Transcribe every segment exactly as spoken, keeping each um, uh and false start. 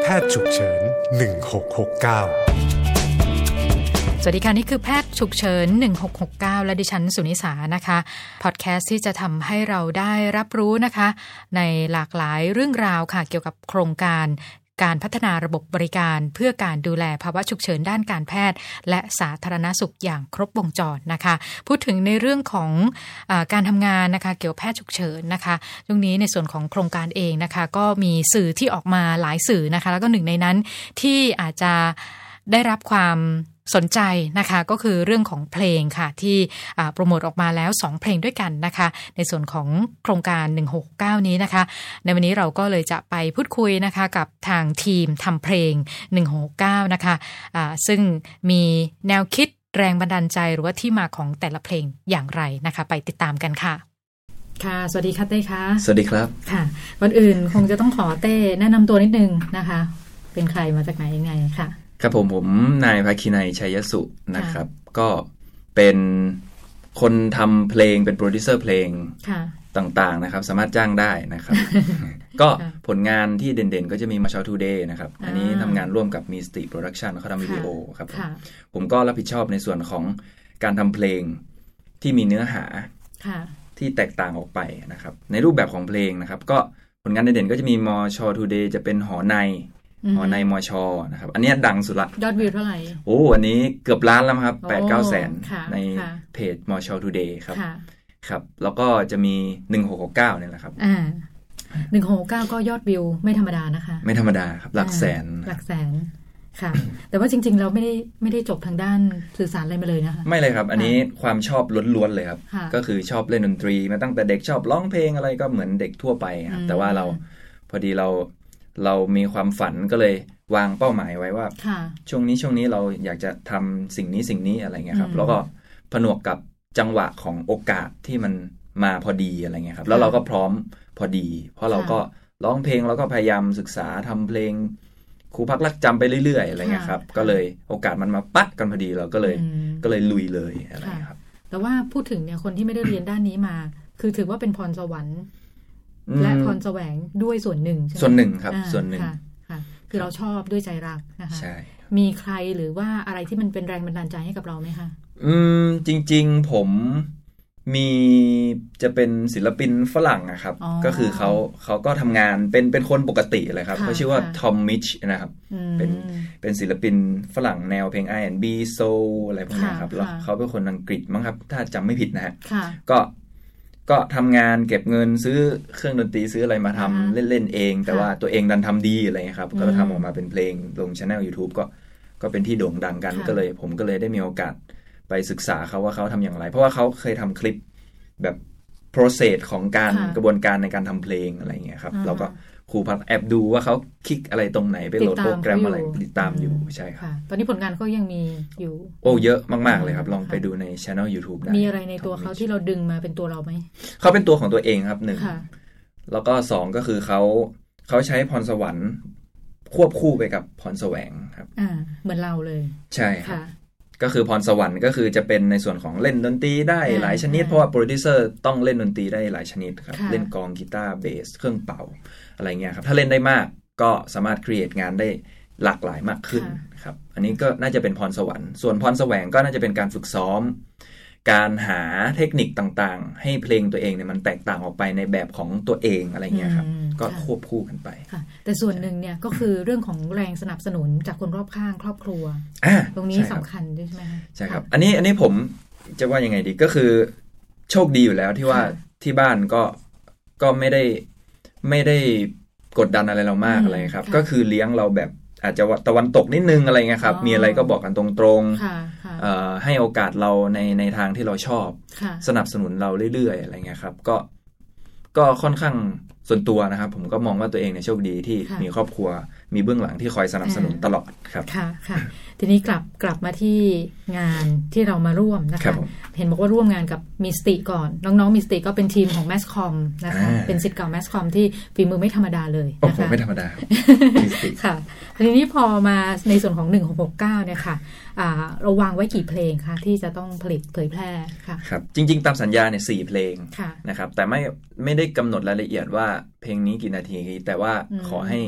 ทย์ฉุกเฉินหนึ่งหกหกเก้าสวัสดีค่ะนี่คือแพทย์ฉุกเฉินหนึ่งหกหกเก้าและดิฉันสุนิสานะคะพอดแคสต์ที่จะทำให้เราได้รับรู้นะคะในหลากหลายเรื่องราวค่ะเกี่ยวกับโครงการการพัฒนาระบบบริการเพื่อการดูแลภาวะฉุกเฉินด้านการแพทย์และสาธารณสุขอย่างครบวงจรนะคะพูดถึงในเรื่องของอ่าการทำงานนะคะเกี่ยวกับแพทย์ฉุกเฉินนะคะตรงนี้ในส่วนของโครงการเองนะคะก็มีสื่อที่ออกมาหลายสื่อนะคะแล้วก็หนึ่งในนั้นที่อาจจะได้รับความสนใจนะคะก็คือเรื่องของเพลงค่ะที่โปรโมทออกมาแล้วสองเพลงด้วยกันนะคะในส่วนของโครงการหนึ่งหกเก้านี้นะคะในวันนี้เราก็เลยจะไปพูดคุยนะคะกับทางทีมทำเพลงหนึ่งหกเก้านะคะะซึ่งมีแนวคิดแรงบันดาลใจหรือว่าที่มาของแต่ละเพลงอย่างไรนะคะไปติดตามกันค่ะค่ะสวัสดีค่ะเต้ค่ะสวัสดีครับค่ะก่อนอื่นคงจะต้องขอเต้แนะนำตัวนิดนึงนะคะเป็นใครมาจากไหนยังไงค่ะครับผมผมนายภาคีนัยชัยสุนะครับก็เป็นคนทำเพลงเป็นโปรดิวเซอร์เพลงต่างๆนะครับสามารถจ้างได้นะครับ ก็ผลงานที่เด่นๆก็จะมี Marshall Today นะครับอันนี้ทำงานร่วมกับ Mystic Production เขาทำวิดีโอครับผมผมก็รับผิดชอบในส่วนของการทำเพลงที่มีเนื้อหาที่แตกต่างออกไปนะครับในรูปแบบของเพลงนะครับก็ผลงานเด่นๆก็จะมี Marshall Today จะเป็นหอในหอในมชนะครับอันนี้ดังสุดละยอดวิวเท่าไหร่โอ้อันนี้เกือบล้านแล้วครับ แปดถึงเก้า แสนในเพจ Marshall Today ครับครับแล้วก็จะมีหนึ่งหกหกเก้าเนี่ยแหละครับอ่าหนึ่งหกหกเก้าก็ยอดวิวไม่ธรรมดานะคะไม่ธรรมดาครับหลักแสนหลักแสนค่ะแต่ว่าจริงๆเราไม่ได้ไม่ได้จบทางด้านสื่อสารอะไรมาเลยนะคะไม่เลยครับอันนี้ความชอบล้วนๆเลยครับก็คือชอบเล่นดนตรีมาตั้งแต่เด็กชอบร้องเพลงอะไรก็เหมือนเด็กทั่วไปครับแต่ว่าเราพอดีเราเรามีความฝันก็เลยวางเป้าหมายไว้ว่าช่วงนี้ช่วงนี้เราอยากจะทำสิ่งนี้สิ่งนี้อะไรเงี้ยครับแล้วก็ผนวกกับจังหวะของโอกาสที่มันมาพอดีอะไรเงี้ยครับแล้วเราก็พร้อมพอดีเพราะเราก็ร้องเพลงแล้วก็พยายามศึกษาทำเพลงครูพักรักจำไปเรื่อยๆอะไรเงี้ยครับก็เลยโอกาสมันมาปั๊ดกันพอดีเราก็เลยก็เลยลุยเลยอะไรครับแต่ว่าพูดถึงเนี่ยคนที่ไม่ได้เรียนด้านนี้มาคือถือว่าเป็นพรสวรรค์และพรแสวงด้วยส่วนหนึ่งใช่ไหมส่วนหนึ่งครับส่วนหนึ่งคือเราชอบด้วยใจรักนะคะใช่มีใครหรือว่าอะไรที่มันเป็นแรงบันดาลใจให้กับเราไหมคะอืมจริงๆผมมีจะเป็นศิลปินฝรั่งนะครับก็คือเขาเขาก็ทำงานเป็นเป็นคนปกติเลยครับเขาชื่อว่าทอมมิชนะครับเป็นเป็นศิลปินฝรั่งแนวเพลง อาร์ แอนด์ บี Soul อะไรพวกนี้ครับแล้วเขาเป็นคนอังกฤษมั้งครับถ้าจำไม่ผิดนะฮะก็ก็ทำงานเก็บเงินซื้อเครื่องดนตรีซื้ออะไรมาทำเล่นๆเองแต่ว่าตัวเองดันทำดีอะไรเงี้ยครับก็ทำออกมาเป็นเพลงลง channel YouTube ก็ก็เป็นที่โด่งดังกันก็เลยผมก็เลยได้มีโอกาสไปศึกษาเขาว่าเขาทำอย่างไรเพราะว่าเขาเคยทำคลิปแบบ process ของการกระบวนการในการทำเพลงอะไรเงี้ยครับเราก็ครูพักแอบดูว่าเขาคลิกอะไรตรงไหนไปโหลดโปรแกรมอะไรติดตามอยู่ใช่ครับตอนนี้ผลงานเขายังมีอยู่โอ้เยอะมากๆเลยครับลองไปดูใน channel YouTube ได้มีอะไรในตัวเขาที่เราดึงมาเป็นตัวเราไหมเขาเป็นตัวของตัวเองครับหนึ่งแล้วก็สองก็คือเขาเขาใช้พรสวรรค์ควบคู่ไปกับพรแสวงครับอ่าเหมือนเราเลยใช่ครับก็คือพรสวรรค์ก็คือจะเป็นในส่วนของเล่นดนตรีได้หลายชนิดเพราะว่าโปรดิวเซอร์ต้องเล่นดนตรีได้หลายชนิดครับเล่นกลองกีตาร์เบสเครื่องเป่าอะไรเงี้ยครับถ้าเล่นได้มากก็สามารถครีเอทงานได้หลากหลายมากขึ้นครับอันนี้ก็น่าจะเป็นพรสวรรค์ส่วนพรแสวงก็น่าจะเป็นการฝึกซ้อมการหาเทคนิคต่างๆให้เพลงตัวเองเนี่ยมันแตกต่างออกไปในแบบของตัวเองอะไรเงี้ยครับก็ควบคู่กันไปแต่ส่วนหนึ่งเนี่ยก็คือเรื่องของแรงสนับสนุนจากคนรอบข้างครอบครัวตรงนี้สำคัญด้วยใช่ไหมใช่ครับอันนี้อันนี้ผมจะว่ายังไงดีก็คือโชคดีอยู่แล้วที่ว่าที่บ้านก็ก็ไม่ได้ไม่ได้กดดันอะไรเรามากอะไรครับก็คือเลี้ยงเราแบบอาจจะตะวันตกนิดนึงอะไรเงี้ยครับมีอะไรก็บอกกันตรงๆให้โอกาสเราในในทางที่เราชอบสนับสนุนเราเรื่อยๆอะไรเงี้ยครับก็ก็ค่อนข้างส่วนตัวนะครับผมก็มองว่าตัวเองเนี่ยโชคดีที่มีครอบครัวมีเบื้องหลังที่คอยสนับสนุนตลอดครับค่ะค่ะทีนี้กลับกลับมาที่งานที่เรามาร่วมนะคะเห็นบอกว่าร่วมงานกับมิสติก่อนน้องๆมิสติก็เป็นทีมของแมสคอมนะคะเป็นศิษย์เก่าแมสคอมที่ฝีมือไม่ธรรมดาเลยนะคะไม่ธรรมดาค่ะทีนี้พอมาในส่วนของหนึ่งหกหกเก้าเนี่ยค่ะเราวางไว้กี่เพลงคะที่จะต้องผลิตเผยแพร่ค่ะครับจริงๆตามสัญญาเนี่ยสี่เพลงนะครับแต่ไม่ไม่ได้กำหนดรายละเอียดว่าเพลงนี้กี่นาทีแต่ว่าขอให้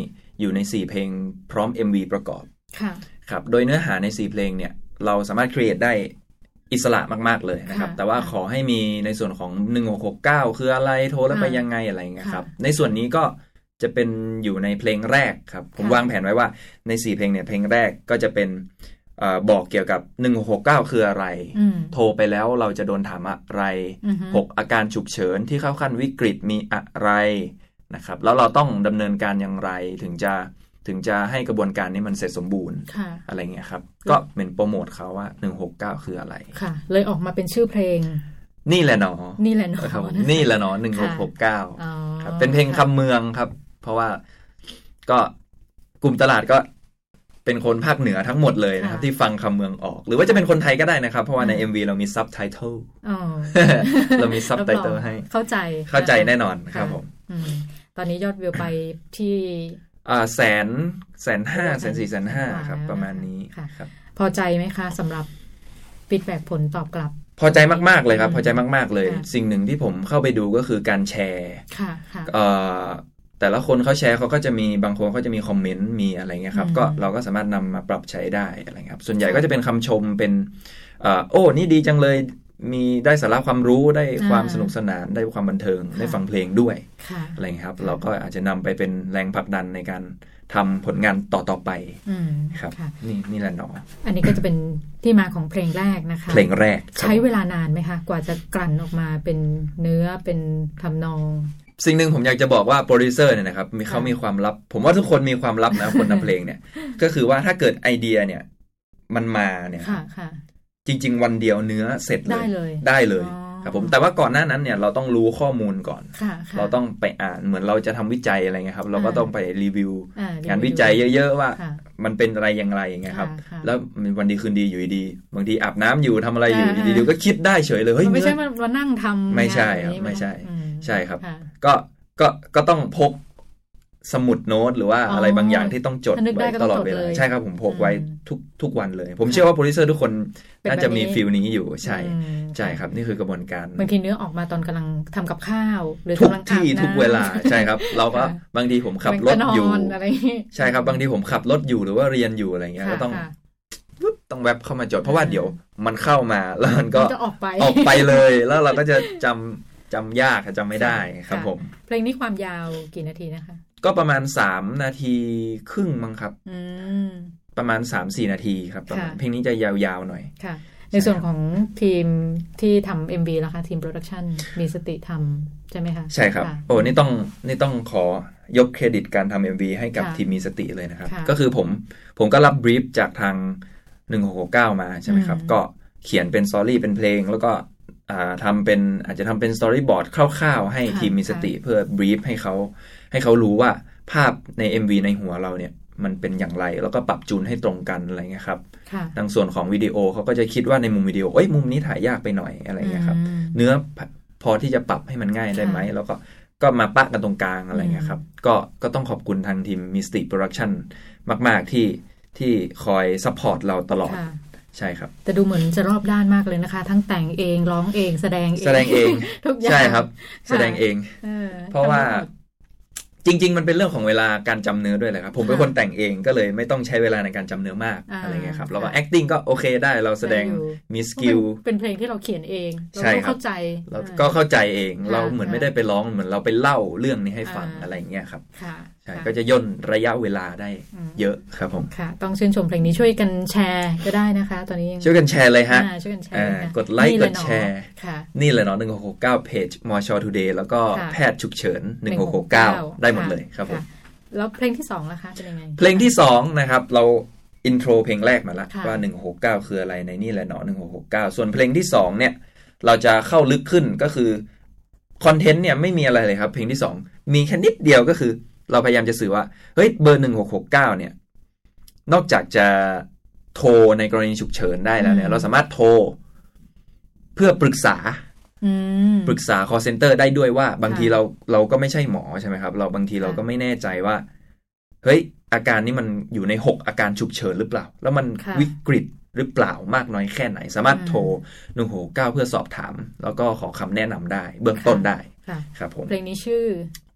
อยู่ในสี่เพลงพร้อม เอ็ม วี ประกอบค่ะครับโดยเนื้อหาในสี่เพลงเนี่ยเราสามารถ create ได้อิสระมากๆเลยนะครับแต่ว่าขอให้มีในส่วนของหนึ่งหกหกเก้าคืออะไรโทรแล้วไปยังไงอะไรเงี้ยครับในส่วนนี้ก็จะเป็นอยู่ในเพลงแรกครับผมวางแผนไว้ว่าในสี่เพลงเนี่ยเพลงแรกก็จะเป็นเอ่อบอกเกี่ยวกับหนึ่งหกหกเก้าคืออะไรโทรไปแล้วเราจะโดนถามอะไรหกอาการฉุกเฉินที่เข้าขั้นวิกฤตมีอะไรนะครับแล้วเราต้องดำเนินการอย่างไรถึงจะถึงจะให้กระบวนการนี้มันเสร็จสมบูรณ์อะไรเงี้ยครับก็เป็นโปรโมทเขาว่าหนึ่งหกเก้าคืออะไรค่ะเลยออกมาเป็นชื่อเพลงนี่แหละหนอนี่แหละหนอครับนี่แหละหนอหนึ่งหกหกเก้าครับเป็นเพลงคำเมืองครับเพราะว่าก็กลุ่มตลาดก็เป็นคนภาคเหนือทั้งหมดเลยนะครับที่ฟังคำเมืองออกหรือว่าจะเป็นคนไทยก็ได้นะครับเพราะว่าใน เอ็ม วี เรามีซับไตเติลเรามีซับไตเติลให้เข้าใจเข้าใจแน่นอนครับผมตอนนี้ยอดวิวไปที่อ่าแสนแสนห้าแสนสี่แสนห้าครับประมาณนี้ครับพอใจไหมคะสำหรับฟีดแบ็กผลตอบกลับพอใจมากๆเลยครับพอใจมากๆเลยสิ่งหนึ่งที่ผมเข้าไปดูก็คือการแชร์แต่ละคนเขาแชร์เขาก็จะมีบางคนเขาจะมีคอมเมนต์มีอะไรเงี้ยครับก็เราก็สามารถนำมาปรับใช้ได้อะไรครับส่วนใหญ่ก็จะเป็นคำชมเป็นโอ้นี่ดีจังเลยมีได้สาระความรู้ได้ความสนุกสนานได้ความบันเทิงได้ฟังเพลงด้วยอะไรครับเราก็อาจจะนำไปเป็นแรงผลักดันในการทำผลงานต่อๆไปครับนี่นี่แหละเนาะอันนี้ก็จะเป็นที่มาของเพลงแรกนะคะเพลงแรกใช้เวลานานไหมคะกว่าจะกลั่นออกมาเป็นเนื้อเป็นทำนองสิ่งหนึ่งผมอยากจะบอกว่าโปรดิวเซอร์เนี่ยนะครับมีเขามีความลับผมว่าทุกคนมีความลับนะคนทำเพลงเนี่ยก็คือว่าถ้าเกิดไอเดียเนี่ยมันมาเนี่ยจริงๆวันเดียวเนื้อเสร็จเลยได้เลยได้เลยครับผมแต่ว่าก่อนหน้านั้นเนี่ยเราต้องรู้ข้อมูลก่อนเราต้องไปอ่านเหมือนเราจะทำวิจัยอะไรเงี้ยครับเราก็ต้องไปรีวิวงานวิจัยเยอะๆว่ามันเป็นอะไรอย่างไรอย่างเงี้ยครับแล้ววันดีคืนดีอยู่ดีบางทีอาบน้ำอยู่ทำอะไรอยู่ดีๆก็คิดได้เฉยเลยเฮ้ยไม่ใช่มานั่งทำไม่ใช่ครับไม่ใช่ใช่ครับก็ก็ก็ต้องพกสมุดโน้ตหรือว่าอะไรบางอย่างที่ต้องจดไว้ตลอดเวลาใช่ครับผมพกไว้ทุกทุกวันเลยผมเชื่อว่าโปรดิวเซอร์ทุกคนน่าจะมีฟีลนี้อยู่ใช่ใช่ครับนี่คือกระบวนการบางทีเนื้อออกมาตอนกำลังทำกับข้าวหรือทุกที่ทุกเวลาใช่ครับเราก็บางทีผมขับรถอยู่ใช่ครับบางทีผมขับรถอยู่หรือว่าเรียนอยู่อะไรเงี้ยก็ต้องต้องแวบเข้ามาจดเพราะว่าเดี๋ยวมันเข้ามาแล้วมันก็ออกไปออกไปเลยแล้วเราก็จะจำจำยากจำไม่ได้ครับผมเพลงนี้ความยาวกี่นาทีนะคะก็ประมาณสามนาทีครึ่งมั้งครับประมาณ สามสี่ นาทีครับประมาณเพลงนี้จะยาวๆหน่อยค่ะในส่วนของทีมที่ทำ เอ็ม วี ล่ะคะทีมโปรดักชันมีสติทำใช่ไหมคะใช่ครับโอ้นี่ต้องนี่ต้องขอยกเครดิตการทำ เอ็ม วี ให้กับทีมมีสติเลยนะครับก็คือผมผมก็รับบรีฟจากทางหนึ่งหกหกเก้ามาใช่ไหมครับก็เขียนเป็นสตอรี่เป็นเพลงแล้วก็ทำเป็นอาจจะทำเป็นสตอรี่บอร์ดคร่าวๆให้ทีมมีสติเพื่อบรีฟให้เขาให้เขารู้ว่าภาพใน เอ็ม วี ในหัวเราเนี่ยมันเป็นอย่างไรแล้วก็ปรับจูนให้ตรงกันอะไรเงี้ยครับทางส่วนของวิดีโอเขาก็จะคิดว่าในมุมวิดีโอเอ้ยมุมนี้ถ่ายยากไปหน่อยอะไรเงี้ยครับเนื้อพอที่จะปรับให้มันง่ายได้ไหมแล้วก็ก็มาปะกันตรงกลางอะไรเงี้ยครับก็ก็ต้องขอบคุณทางทีม Mystic Production มากๆที่ที่คอยซัพพอร์ตเราตลอดใช่ครับแต่ดูเหมือนจะรอบด้านมากเลยนะคะทั้งแต่งเองร้องเองแสดงเองแสดงเองทุกอย่างใช่ครับแสดงเองเพราะว่าจริงๆมันเป็นเรื่องของเวลาการจำเนื้อด้วยแหละครับผมเป็นคนแต่งเองก็เลยไม่ต้องใช้เวลาในการจำเนื้อมากอะไรเงี้ยครับแล้วก็ acting ก็โอเคได้เราแสดงมีสกิลเป็นเพลงที่เราเขียนเองเราเข้าใจเราก็เข้าใจเองเราเหมือนไม่ได้ไปร้องเหมือนเราไปเล่าเรื่องนี้ให้ฟังอะไรเงี้ยครับใช่ก็จะย่นระยะเวลาได้เยอะครับผมค่ะต้องชื่นชมเพลงนี้ช่วยกันแชร์ก็ได้นะคะตอนนี้ช่วยกันแชร์เลยฮะช่วยกันแชร์กดไลค์กดแชร์นี่เลยเนาะหนึ่งหกหกเก้าเพจมอชอ Today แล้วก็แพทย์ฉุกเฉินหนึ่งหกหกเก้าได้หมดเลยครับผมแล้วเพลงที่สองล่ะคะเป็นยังไงเพลงที่สองนะครับเราอินโทรเพลงแรกมาแล้วว่าหนึ่งหกเก้าคืออะไรในนี่แหละเนาะหนึ่งหกหกเก้าส่วนเพลงที่สองเนี่ยเราจะเข้าลึกขึ้นก็คือคอนเทนต์เนี่ยไม่มีอะไรเลยครับเพลงที่สองมีแค่นิดเดียวก็คือเราพยายามจะสื่อว่าเฮ้ยเบอร์หนึ่งหกหกเก้าเนี่ยนอกจากจะโทรในกรณีฉุกเฉินได้แล้วเนี่ยเราสามารถโทรเพื่อปรึกษาปรึกษา call center ได้ด้วยว่าบางทีเราเราก็ไม่ใช่หมอใช่ไหมครับเราบางทีเราก็ไม่แน่ใจว่าเฮ้ยอาการนี้มันอยู่ในหกอาการฉุกเฉินหรือเปล่าแล้วมันวิกฤตหรือเปล่ามากน้อยแค่ไหนสามารถโทรหนึ่งหกหกเก้าเพื่อสอบถามแล้วก็ขอคำแนะนำได้เบื้องต้นได้ครับผมเพลงนี้ชื่อ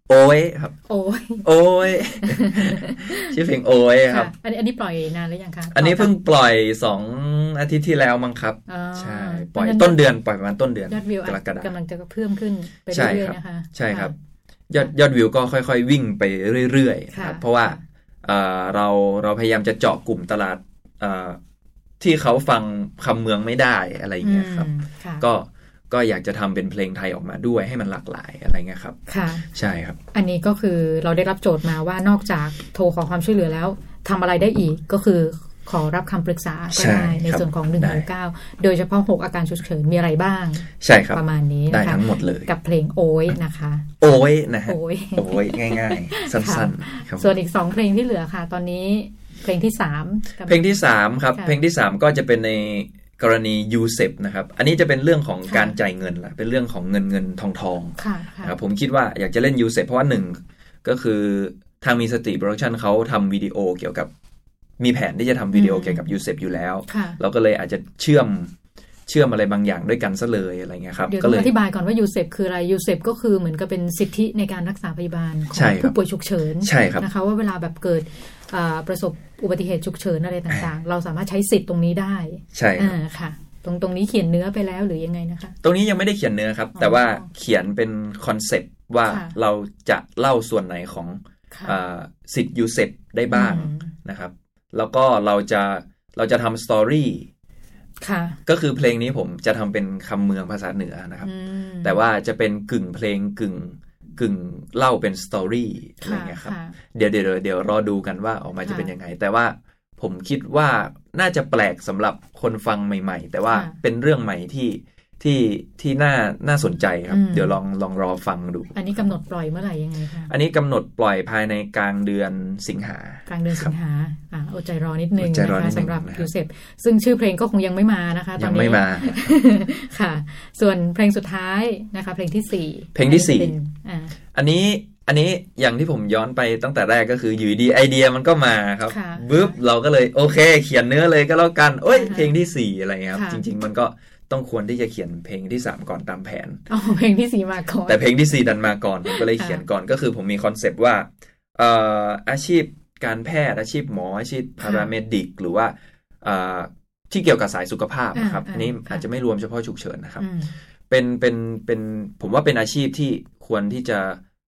โอ้ยครับโอ้ยโอ้ยชื่อเพลงโอ้ยครับอันนี้อันนี้ปล่อยนานหรือยังคะอันนี้เพิ่งปล่อยสองอาทิตย์ที่แล้วมั้งครับใช่ปล่อยต้นเดือนปล่อยประมาณต้นเดือนกรกฎาคมกำลังจะเพิ่มขึ้นไปเรื่อยๆนะคะใช่ครับยอดยอดวิวก็ค่อยๆวิ่งไปเรื่อยๆครับเพราะว่าเราเราพยายามจะเจาะกลุ่มตลาดที่เขาฟังคำเมืองไม่ได้อะไรอย่างเงี้ยครับก็ก็อยากจะทำเป็นเพลงไทยออกมาด้วยให้มันหลากหลายอะไรเงี้ยครับค่ะใช่ครับอันนี้ก็คือเราได้รับโจทย์มาว่านอกจากโทรขอความช่วยเหลือแล้วทำอะไรได้อีกก็คือขอรับคำปรึกษาก็ได้ในส่วนของหนึ่งหกเก้าโดยเฉพาะหกอาการฉุกเฉินมีอะไรบ้างใช่ครับประมาณนี้ได้ทั้งหมดเลยกับเพลงโอ้ยนะคะโอ้ยนะฮะโอ้ยโอ้ยง่ายๆสั้นๆครับส่วนอีกสองเพลงที่เหลือค่ะตอนนี้เพลงที่สามเพลงที่สามครับเพลงที่สามก็จะเป็นในกรณี ยู เซป นะครับอันนี้จะเป็นเรื่องของการจ่ายเงินละเป็นเรื่องของเงินเงินทองทองนะครับผมคิดว่าอยากจะเล่น ยู เซป เพราะว่าหนึ่งก็คือทางมีสติโปรดักชั่นเขาทำวิดีโอเกี่ยวกับมีแผนที่จะทำวิดีโอเกี่ยวกับ ยู เซป อยู่แล้วเราก็เลยอาจจะเชื่อมเชื่อมอะไรบางอย่างด้วยกันซะเลยอะไรเงี้ยครับเดี๋ยวต้องอธิบายก่อนว่า ยู เซป คืออะไร ยู เซป ก็คือเหมือนกับเป็นสิทธิในการรักษาพยาบาลของผู้ป่วยฉุกเฉินนะคะว่าเวลาแบบเกิดประสบอุบัติเหตุฉุกเฉินอะไรต่างๆเราสามารถใช้สิทธิ์ตรงนี้ได้ใช่ค่ะตรงตรงนี้เขียนเนื้อไปแล้วหรือยังไงนะคะตรงนี้ยังไม่ได้เขียนเนื้อครับแต่ว่าเขียนเป็นคอนเซปต์ว่าเราจะเล่าส่วนไหนของสิทธิ์ ยู เซป ได้บ้างนะครับแล้วก็เราจะเราจะทำสตอรี่ก็คือเพลงนี้ผมจะทำเป็นคำเมืองภาษาเหนือนะครับแต่ว่าจะเป็นกึ่งเพลงกึ่งกึ่งเล่าเป็นสตอรี่อะไรเงี้ยครับเดี๋ยวเดี๋ยวเดี๋ยวรอดูกันว่าออกมาจะเป็นยังไงแต่ว่าผมคิดว่าน่าจะแปลกสำหรับคนฟังใหม่ๆแต่ว่าเป็นเรื่องใหม่ที่ที่ที่น่าน่าสนใจครับเดี๋ยวลองลองรอฟังดูอันนี้กำหนดปล่อยเมื่อไหร่ยังไงคะอันนี้กำหนดปล่อยภายในกลางเดือนสิงหากลางเดือนสิงหาอ่าอดใจรอนิดนึงนะคะสำหรับ ยู เซป ซึ่งชื่อเพลงก็คงยังไม่มานะคะตอนนี้ยังไม่มาค่ะส่วนเพลงสุดท้ายนะคะเพลงที่สี่เพลงที่สี่อ่าอันนี้อันนี้อย่างที่ผมย้อนไปตั้งแต่แรกก็คืออยู่ดีไอเดียมันก็มาครับปึ๊บเราก็เลยโอเคเขียนเนื้อเลยก็แล้วกันโอ้ยเพลงที่สี่อะไรเงี้ยครับจริงๆมันก็ต้องควรที่จะเขียนเพลงที่สามก่อนตามแผนอ๋อเพลงที่สี่มาก่อนแต่เพลงที่สี่ดันมาก่อนผมก็เลยเขียนก่อนก็คือผมมีคอนเซปต์ว่าเอ่ออาชีพการแพทย์อาชีพหมออาชีพพาราเมดิกหรือว่าเอ่อที่เกี่ยวกับสายสุขภาพนะครับอันนี้อาจจะไม่รวมเฉพาะฉุกเฉินนะครับเป็นเป็นเป็นผมว่าเป็นอาชีพที่ควรที่จะ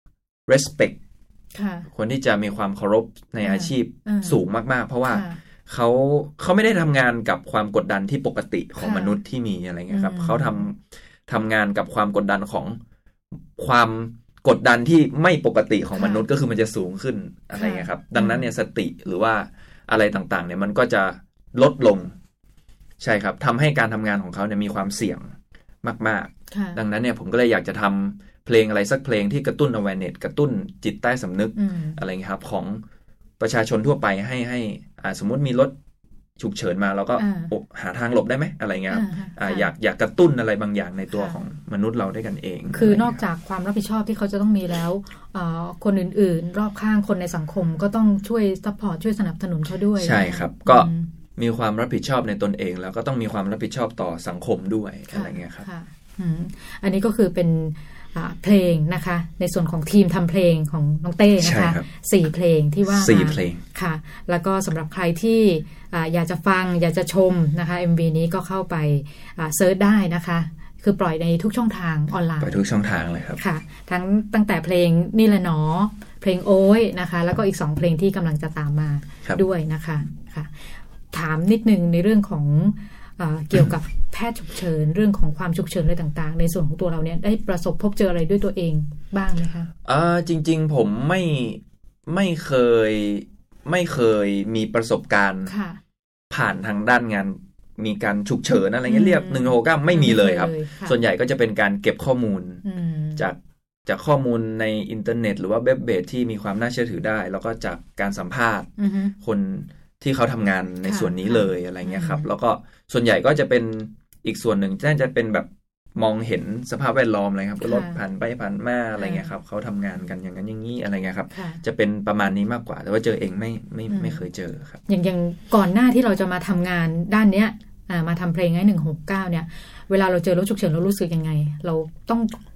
respect ควรที่จะมีความเคารพในอาชีพสูงมากๆเพราะว่าเขาเขาไม่ได้ทำงานกับความกดดันที่ปกติของมนุษย์ที่มีอะไรเงี้ยครับเขาทำทำงานกับความกดดันของความกดดันที่ไม่ปกติของมนุษย์ก็คือมันจะสูงขึ้นอะไรเงี้ยครับดังนั้นเนี่ยสติหรือว่าอะไรต่างๆเนี่ยมันก็จะลดลงใช่ครับทำให้การทำงานของเขาเนี่ยมีความเสี่ยงมากๆดังนั้นเนี่ยผมก็เลยอยากจะทำเพลงอะไรสักเพลงที่กระตุ้น awareness กระตุ้นจิตใต้สำนึกอะไรเงี้ยครับของประชาชนทั่วไปให้ให้อ่าสมมุติมีรถฉุกเฉินมาเราก็หาทางหลบได้ไหมอะไรเงี้ยครับอ่าอยากอยากกระตุ้นอะไรบางอย่างในตัวของมนุษย์เราได้กันเองคือนอกจากความรับผิดชอบที่เขาจะต้องมีแล้วคนอื่นๆรอบข้างคนในสังคมก็ต้องช่วยซัพพอร์ตช่วยสนับสนุนเขาด้วยใช่ครับก็มีความรับผิดชอบในตนเองแล้วก็ต้องมีความรับผิดชอบต่อสังคมด้วยอะไรเงี้ยครับอันนี้ก็คือเป็นเพลงนะคะในส่วนของทีมทำเพลงของน้องเต้นะคะสี่เพลงที่ว่าสี่เพลงค่ะแล้วก็สำหรับใครที่อยากจะฟังอยากจะชมนะคะ เอ็ม วี นี้ก็เข้าไปเซิร์ชได้นะคะคือปล่อยในทุกช่องทางออนไลน์ปล่อยทุกช่องทางเลยครับค่ะทั้งตั้งแต่เพลงนี่แหละหนอเพลงโอ้ยนะคะแล้วก็อีกสองเพลงที่กำลังจะตามมาด้วยนะคะค่ะถามนิดนึงในเรื่องของเกี่ยวกับแพทย์ฉุกเฉินเรื่องของความฉุกเฉินอะไรต่างๆในส่วนของตัวเราเนี่ยได้ประสบพบเจออะไรด้วยตัวเองบ้างไหมคะอ่าจริงๆผมไม่ไม่เคยไม่เคยมีประสบการณ์ผ่านทางด้านงานมีการฉุกเฉินอะไรเงี้ยเรียกหนึ่งหกเก้าไม่มีเลยครับส่วนใหญ่ก็จะเป็นการเก็บข้อมูลจากจากข้อมูลในอินเทอร์เน็ตหรือว่าเว็บเบสที่มีความน่าเชื่อถือได้แล้วก็จากการสัมภาษณ์คนที่เขาทำงานในส่วนนี้เลยอะไรเงี้ยครับแล้วก็ส่วนใหญ่ก็จะเป็นอีกส่วนหนึ่งน่าจะเป็นแบบมองเห็นสภาพแวดล้อมอะไรครับรถผ่านไปผ่านมาอะไรเงี้ยครับเขาทำงานกันอย่างนั้นอย่างนี้อะไรเงี้ยครับจะเป็นประมาณนี้มากกว่าแต่ว่าเจอเองไม่ไม่ไม่เคยเจอครับอย่างอย่างก่อนหน้าที่เราจะมาทำงานด้านเนี้ยมาทำเพลงให้หนึ่งหกเก้าเนี่ยเวลาเราเจอรถฉุกเฉินเรารู้สึกยังไงเราต้อง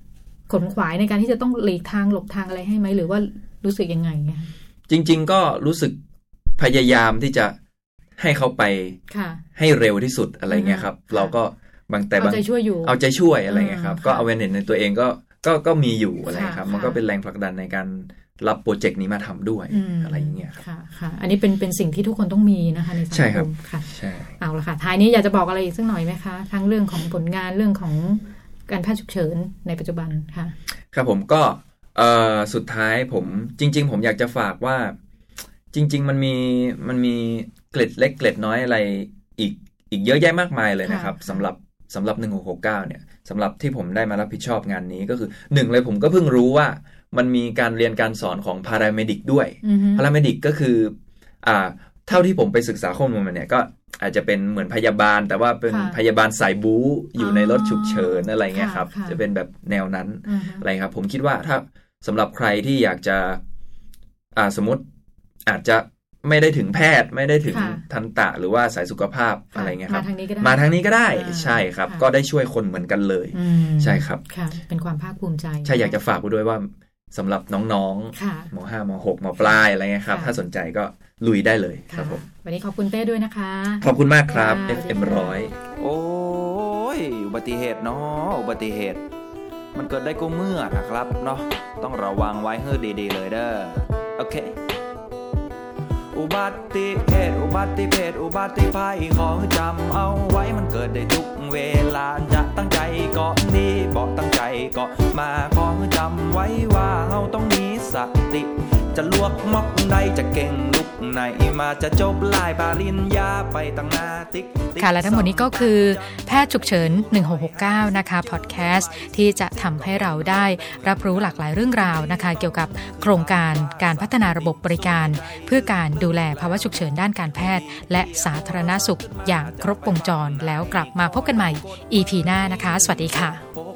ขนขวายในการที่จะต้องหลีกทางหลบทางอะไรให้ไหมหรือว่ารู้สึกยังไงเนี่ยจริงๆก็รู้สึกพยายามที่จะให้เขาไปให้เร็วที่สุดอะไรเงี้ยครับเราก็บางแต่บางเอาใจช่วยอยู่เอาใจช่วยอะไรเงี้ยครับก็เอาเวนเน็ตในตัวเองก็ก็ก็มีอยู่อะไรครับมันก็เป็นแรงผลักดันในการรับโปรเจกต์นี้มาทำด้วยอะไรอย่างเงี้ยครับค่ะค่ะอันนี้เป็นเป็นสิ่งที่ทุกคนต้องมีนะคะในสังคมค่ะใช่เอาละค่ะท้ายนี้อยากจะบอกอะไรอีกสักหน่อยไหมคะทั้งเรื่องของผลงานเรื่องของการแพทย์ฉุกเฉินในปัจจุบันค่ะครับผมก็เอ่อสุดท้ายผมจริงๆผมอยากจะฝากว่าจริงๆมันมีมันมีเกล็ดเล็กเกล็ดน้อยอะไรอีกอีกเยอะแยะมากมายเลยนะครับสำหรับสำหรับหนึ่งหกหกเก้าเนี่ยสำหรับที่ผมได้มารับผิดชอบงานนี้ก็คือหนึ่งเลยผมก็เพิ่งรู้ว่ามันมีการเรียนการสอนของพาราเมดิกด้วยพาราเมดิกก็คืออ่าเท่าที่ผมไปศึกษาข้อมูลมาเนี่ยก็อาจจะเป็นเหมือนพยาบาลแต่ว่าเป็นพยาบาลสายบู๊อยู่ในรถฉุกเฉินอะไรเงี้ยครับจะเป็นแบบแนวนั้นอะไรครับผมคิดว่าถ้าสำหรับใครที่อยากจะอ่าสมมติอาจจะไม่ได้ถึงแพทย์ไม่ได้ถึงทันตะหรือว่าสายสุขภาพอะไรเงี้ยครับมาทางนี้ก็ได้ใช่ครับก็ได้ช่วยคนเหมือนกันเลยใช่ครับค่ะเป็นความภาคภูมิใจใช่อยากจะฝากไว้ด้วยว่าสำหรับน้องๆม.ห้าม.หก ม.ปลายอะไรเงี้ยครับถ้าสนใจก็ลุยได้เลยครับผมวันนี้ขอบคุณเต้ด้วยนะคะขอบคุณมากครับ เอฟ เอ็ม หนึ่งร้อยโอ้ยอุบัติเหตุเนาะอุบัติเหตุมันเกิดได้ก็เมื่อนะครับเนาะต้องระวังไว้ให้ดีๆเลยเด้อโอเคอุบัติเหตุอุบัติเหตุอุบัติภัยขอจำเอาไว้มันเกิดได้ทุกเวลาจะตั้งใจก็ดีบอกตั้งใจก็มาขอจำไว้ว่าเฮาต้องมีสติจะลวกมอกใดจะเก่งลุกไหนมาจะจบลายปริญญาไปตั้งนาติ๊กค่ะและทั้งหมดนี้ก็คือแพทย์ฉุกเฉินหนึ่งหกหกเก้านะคะพอดแคสต์ที่จะทำให้เราได้รับรู้หลากหลายเรื่องราวนะคะเกี่ยวกับโครงการการพัฒนาระบบบริการเพื่อการดูแลภาวะฉุกเฉินด้านการแพทย์และสาธารณสุขอย่างครบวงจรแล้วกลับมาพบกันใหม่ อี พี หน้านะคะสวัสดีค่ะ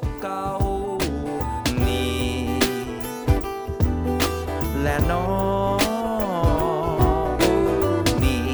และน้องนี่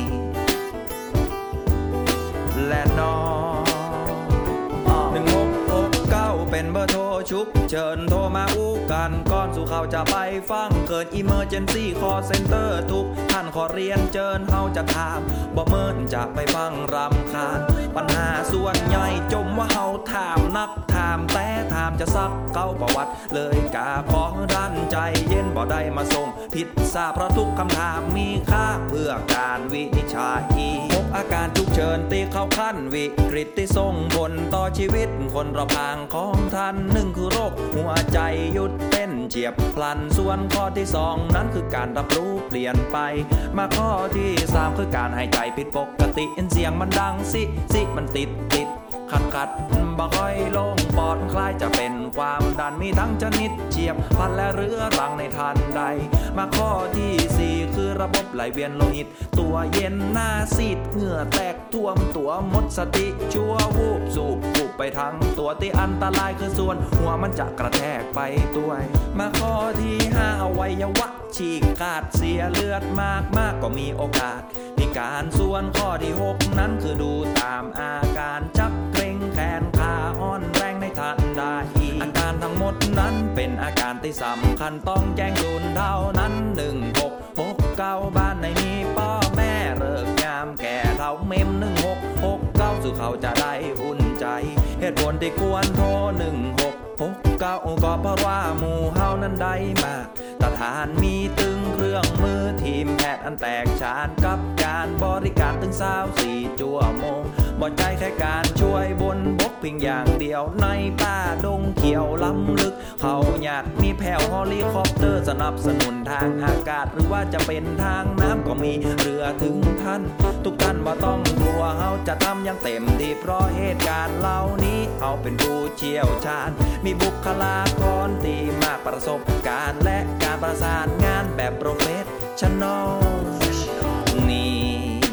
และน้องหนึ่งหกหกเก้าเป็นเบอร์โทรฉุกเฉินโทรมาอู้กันก่อนสู่เขาจะไปฟังเกิด Emergency Call Center ทุกท่านขอเรียนเชิญเฮาจะถามบ่เมินจะไปฟังรำคาญปัญหาส่วนใหญ่จมว่าเฮาถามนักถามแต่ถามจะซักเก้าประวัติเลยกาขอดันใจเย็นบ่ได้มาส่งผิดซาเพราะทุกคำถามมีค่าเพื่อการวินิจฉัยพบอาการฉุกเฉินตีเข้าขั้นวิกฤตที่ส่งผลต่อชีวิตคนรอบข้างของท่านหนึ่งคือโรคหัวใจหยุดเต้นเจียบพลันส่วนข้อที่สองนั้นคือการรับรู้เปลี่ยนไปมาข้อที่สามคือการหายใจผิดปกติเสียงมันดังสิสิมันติดติดขัดขัดบ่ค่อยลงปอดคล้ายจะเป็นความดันมีทั้งชนิดเฉียบพลันและเรื้อรังในทันใดมาข้อที่สี่คือระบบไหลเวียนโลหิตตัวเย็นหน้าซีดเหงื่อแตกท่วมตัวหมดสติชั่ววูบสูบบุบไปทั้งตัวที่อันตรายคือส่วนหัวมันจะกระแทกไปด้วยมาข้อที่ห้าอวัยวะฉีกขาดเสียเลือดมากมากก็มีโอกาสพิการส่วนข้อที่หกนั้นคือดูตามอาการจับเกร็งแขนขาอ่อนแรงในทันใดอาการทั้งหมดนั้นเป็นอาการที่สำคัญต้องแจ้งศูนย์เท่านั้นหนึ่งหกหกเก้าบ้านในนี้พ่อแม่เลิกยามแก่เท่าเมมหนึ่งหกหกเก้าสู่เขาจะได้อุ่นใจเหตุผลที่ควรโทรหนึ่งหกหกเก้าก็เพราะว่าหมู่เฮานั้นได้มากสถานมีตึงเครื่องมือทีมแพทย์อันแตกฉานกับการบริการถึงสาวสี่ชั่วโมงบ่ใจแค่การช่วยบนบกเพียงอย่างเดียวในป่าดงเขียวล้ำลึกเขาอยากมีแผ่วเฮลิคอปเตอร์สนับสนุนทางอากาศหรือว่าจะเป็นทางน้ำก็มีเรือถึงท่านทุกท่านบ่ต้องกลัวเฮาจะทำอย่างเต็มที่เพราะเหตุการณ์เหล่านี้เฮาเป็นผู้เชี่ยวชาญมีบุคลากรที่มากประสบการณ์และการประสานงานแบบโปรเฟสชั่นอลนี่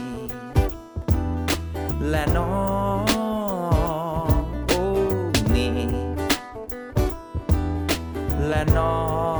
และน้องโอ้นี่และน้อง